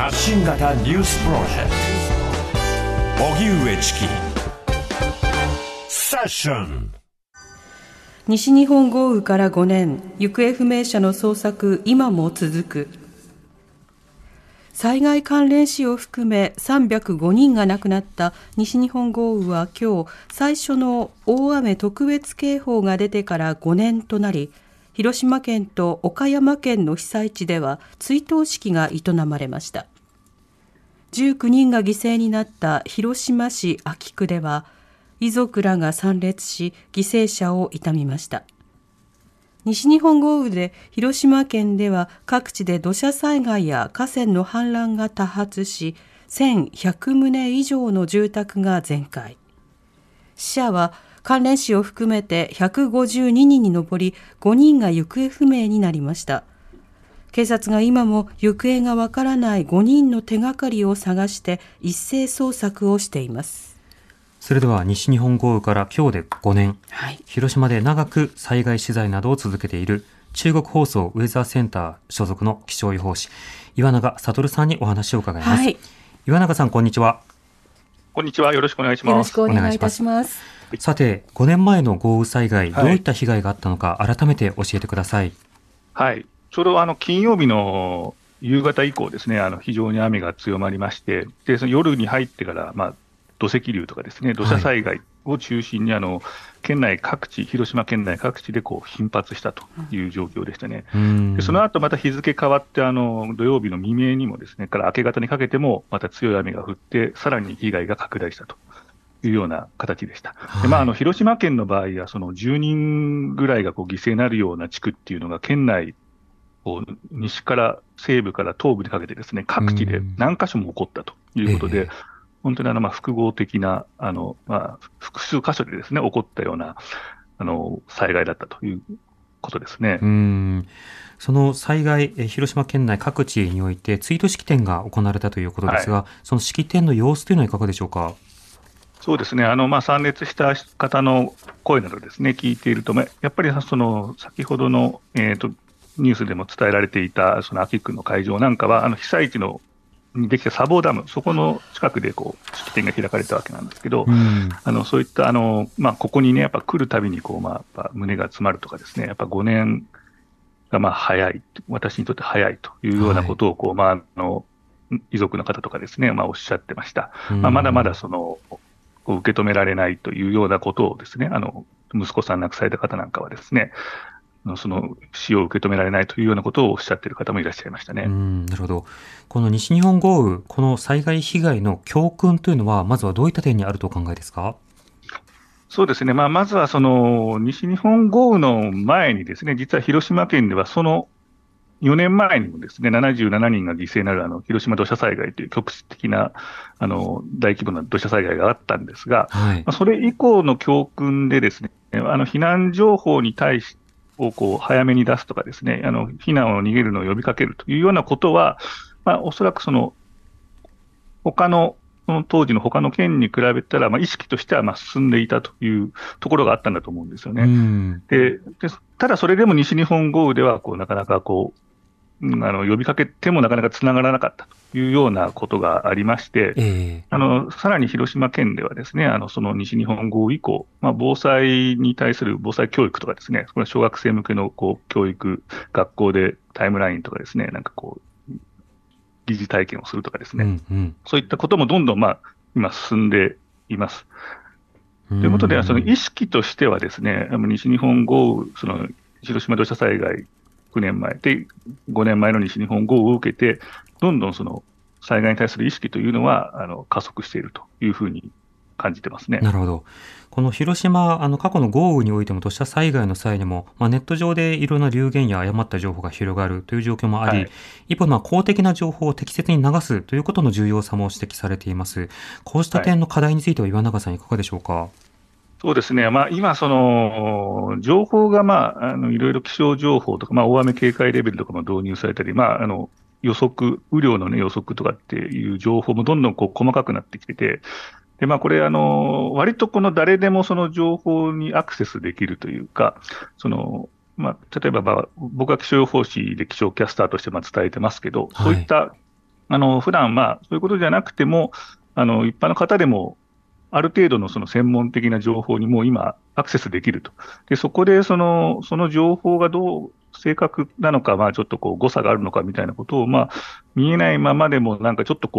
発信型ニュースプロジェクト荻上チキセッション。 西日本豪雨から5年、行方不明者の捜索今も続く。災害関連死を含め305人が亡くなった西日本豪雨は今日最初の大雨特別警報が出てから5年となり、広島県と岡山県の被災地では追悼式が営まれました。19人が犠牲になった広島市安芸区では遺族らが参列し犠牲者を悼みました。西日本豪雨で広島県では各地で土砂災害や河川の氾濫が多発し、1100棟以上の住宅が全壊。死者は関連死を含めて152人に上り、5人が行方不明になりました。警察が今も行方がわからない5人の手がかりを探して一斉捜索をしています。 それでは西日本豪雨から今日で5年、広島で長く災害取材などを続けている中国放送ウェザーセンター所属の気象予報士岩永悟さんにお話を伺います。岩永さん、こんにちは。 こんにちは。よろしくお願いします。 よろしくお願いいたします。 さて、5年前の豪雨災害、どういった被害があったのか改めて教えてください。 はい、ちょうど金曜日の夕方以降ですね、非常に雨が強まりまして、でその夜に入ってから、土石流とかですね、土砂災害を中心に県内各地、広島県内各地で頻発したという状況でしたね。でその後また日付変わって土曜日の未明にもですね、から明け方にかけてもまた強い雨が降って、さらに被害が拡大したというような形でした。で広島県の場合は、その10人ぐらいが犠牲になるような地区っていうのが、県内西から西部から東部にかけてですね、各地で何箇所も起こったということで、本当に複合的な複数箇所でですね起こったような災害だったということですね。 その災害、広島県内各地において追悼式典が行われたということですが、その式典の様子というのはいかがでしょうか。 そうですね、参列した方の声などですね聞いていると、やっぱり先ほどの、ニュースでも伝えられていたその安芸区の会場なんかは、被災地のにできた砂防ダム、そこの近くで式典が開かれたわけなんですけど、そういったここにね、やっぱ来るたびにやっぱ胸が詰まるとかですね、やっぱ5年が早い、私にとって早いというようなことを遺族の方とかですね、おっしゃってました。まだまだ受け止められないというようなことをですね、息子さん亡くされた方なんかはですね、その死を受け止められないというようなことをおっしゃっている方もいらっしゃいましたね。 なるほど。この西日本豪雨、この災害被害の教訓というのは、まずはどういった点にあるとお考えですか。 そうですね、まずは西日本豪雨の前にですね、実は広島県ではその4年前にもですね、77人が犠牲になる広島土砂災害という局地的な大規模な土砂災害があったんですが、それ以降の教訓でですね、避難情報に対してを早めに出すとかですね、避難を逃げるのを呼びかけるというようなことは、おそらくその当時の他の県に比べたら、意識としては進んでいたというところがあったんだと思うんですよね。でただ、それでも西日本豪雨ではなかなか呼びかけてもなかなかつながらなかったというようなことがありまして、さらに広島県ではですね、その西日本豪雨以降、防災に対する防災教育とかですね、これ小学生向けの教育、学校でタイムラインとかですね、疑似体験をするとかですね、そういったこともどんどん今進んでいます。ということで、その意識としてはですね、西日本豪雨、広島土砂災害9年前で5年前の西日本豪雨を受けて、どんどんその災害に対する意識というのは加速しているというふうに感じてますね。 なるほど。この広島、過去の豪雨においても土砂災害の際にも、ネット上でいろんな流言や誤った情報が広がるという状況もあり、一方、公的な情報を適切に流すということの重要さも指摘されています。こうした点の課題については岩永さん、いかがでしょうか。 そうですね、今、情報が、いろいろ気象情報とか、大雨警戒レベルとかも導入されたり、予測、雨量の、予測とかっていう情報もどんどん細かくなってきてて、でこれ割と誰でもその情報にアクセスできるというか、例えば僕は気象予報士で気象キャスターとして伝えてますけど、そういった普段そういうことじゃなくても、一般の方でも、ある程度のその専門的な情報にもう今、アクセスできると。で、そこでその情報がどう正確なのか、ちょっと誤差があるのかみたいなことを、見えないままでも、なんかちょっと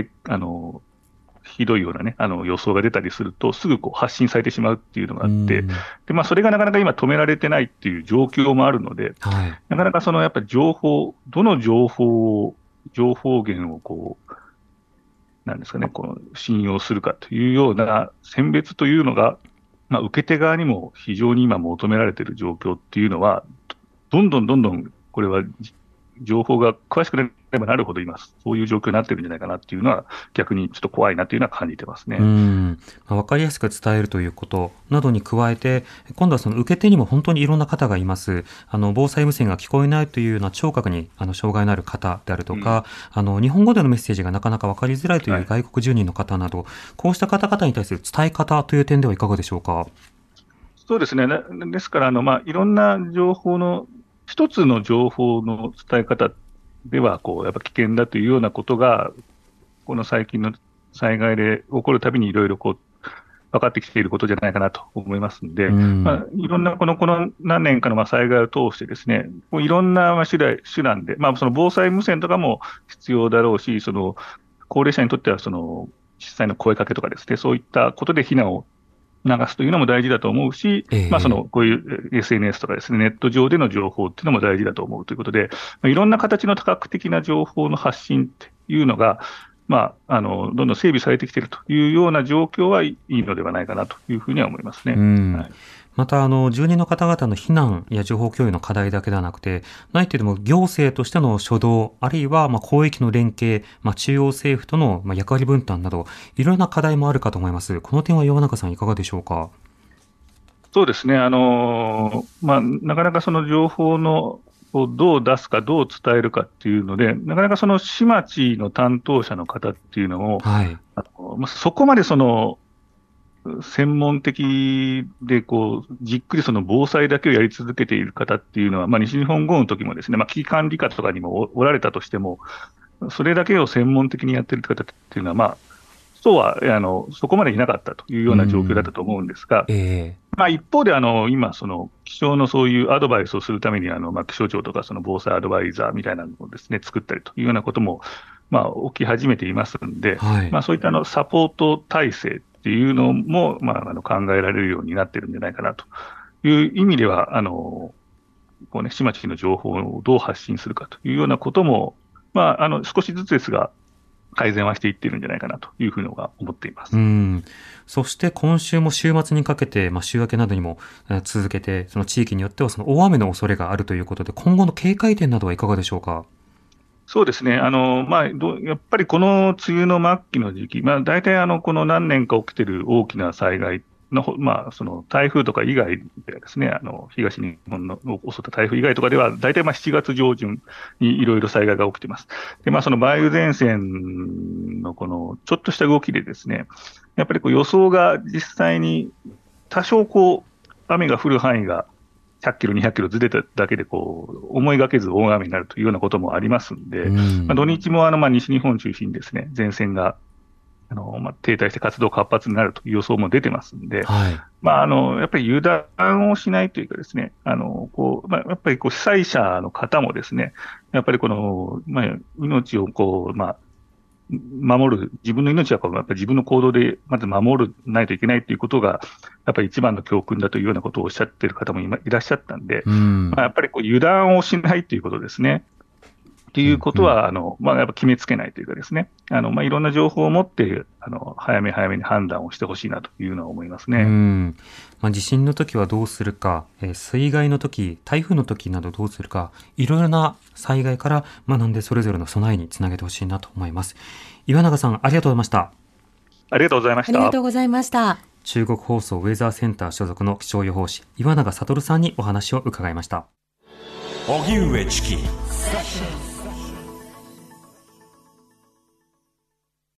ひどいようなね、予想が出たりすると、すぐ発信されてしまうっていうのがあって、で、それがなかなか今止められてないっていう状況もあるので、 はい、 なかなかやっぱりどの情報源をなんですかね、信用するかというような選別というのが、受け手側にも非常に今求められている状況っていうのは、どんどんこれは情報が詳しくなればなるほど今、そういう状況になってるんじゃないかなっていうのは、逆にちょっと怖いなというのは感じてますね。 分かりやすく伝えるということなどに加えて、今度はその受け手にも本当にいろんな方がいます。防災無線が聞こえないというような聴覚に障害のある方であるとか、日本語でのメッセージがなかなか分かりづらいという外国住人の方など、こうした方々に対する伝え方という点ではいかがでしょうか。 そうですね。ですからいろんな情報の一つの情報の伝え方ではやっぱ危険だというようなことが、この最近の災害で起こるたびにいろいろ分かってきていることじゃないかなと思いますので、いろんなこの何年かの災害を通してですね、いろんな手段で、その防災無線とかも必要だろうし、高齢者にとっては実際の声かけとかですね、そういったことで避難を流すというのも大事だと思うし、こういう SNS とかですね、ネット上での情報っていうのも大事だと思うということで、いろんな形の多角的な情報の発信っていうのが、どんどん整備されてきているというような状況はいいのではないかなというふうには思いますね。はい、 また住人の方々の避難や情報共有の課題だけではなくて、ないというも行政としての初動、あるいは広域の連携、中央政府との役割分担など、いろんな課題もあるかと思います。この点は岩永さんいかがでしょうか。 そうですね。なかなかその情報のどう出すか、どう伝えるかっていうので、なかなか市町の担当者の方っていうのを、そこまで専門的でじっくり防災だけをやり続けている方っていうのは、西日本豪雨の時もですね、危機管理課とかにもおられたとしても、それだけを専門的にやっている方っていうのは、そうはそこまでいなかったというような状況だったと思うんですが、一方で今、気象のそういうアドバイスをするために気象庁とか防災アドバイザーみたいなのをですね、作ったりというようなことも起き始めていますので、そういったサポート体制っていうのも考えられるようになってるんじゃないかなという意味では、市町の情報をどう発信するかというようなことも、少しずつですが、改善はしていっているんじゃないかなというふうに思っています。 そして今週も週末にかけて、週明けなどにも続けて、その地域によっては大雨の恐れがあるということで、今後の警戒点などはいかがでしょうか。 そうですね。やっぱりこの梅雨の末期の時期、大体この何年か起きている大きな災害の、その台風とか以外ではですね、東日本の襲った台風以外とかでは、大体7月上旬にいろいろ災害が起きています。で、その梅雨前線のちょっとした動きでですね、やっぱり予想が実際に多少雨が降る範囲が100キロ、200キロずれただけで思いがけず大雨になるというようなこともありますので、土日も西日本中心にですね、前線が停滞して活動活発になるという予想も出てますんで、やっぱり油断をしないというかですね、やっぱり被災者の方もですね、やっぱり命を守る、自分の命はやっぱり自分の行動でまず守らないといけないということが、やっぱり一番の教訓だというようなことをおっしゃっている方もいらっしゃったんで、やっぱり油断をしないということですね。ということは、やっぱ決めつけないというかですね、いろんな情報を持って、早めに判断をしてほしいなというのは思いますね。 地震の時はどうするか、水害の時、台風の時などどうするか、いろいろな災害から学んでそれぞれの備えにつなげてほしいなと思います。岩永さん、ありがとうございました。 ありがとうございました。 ありがとうございました。 中国放送ウェザーセンター所属の気象予報士、岩永悟さんにお話を伺いました。 荻上チキ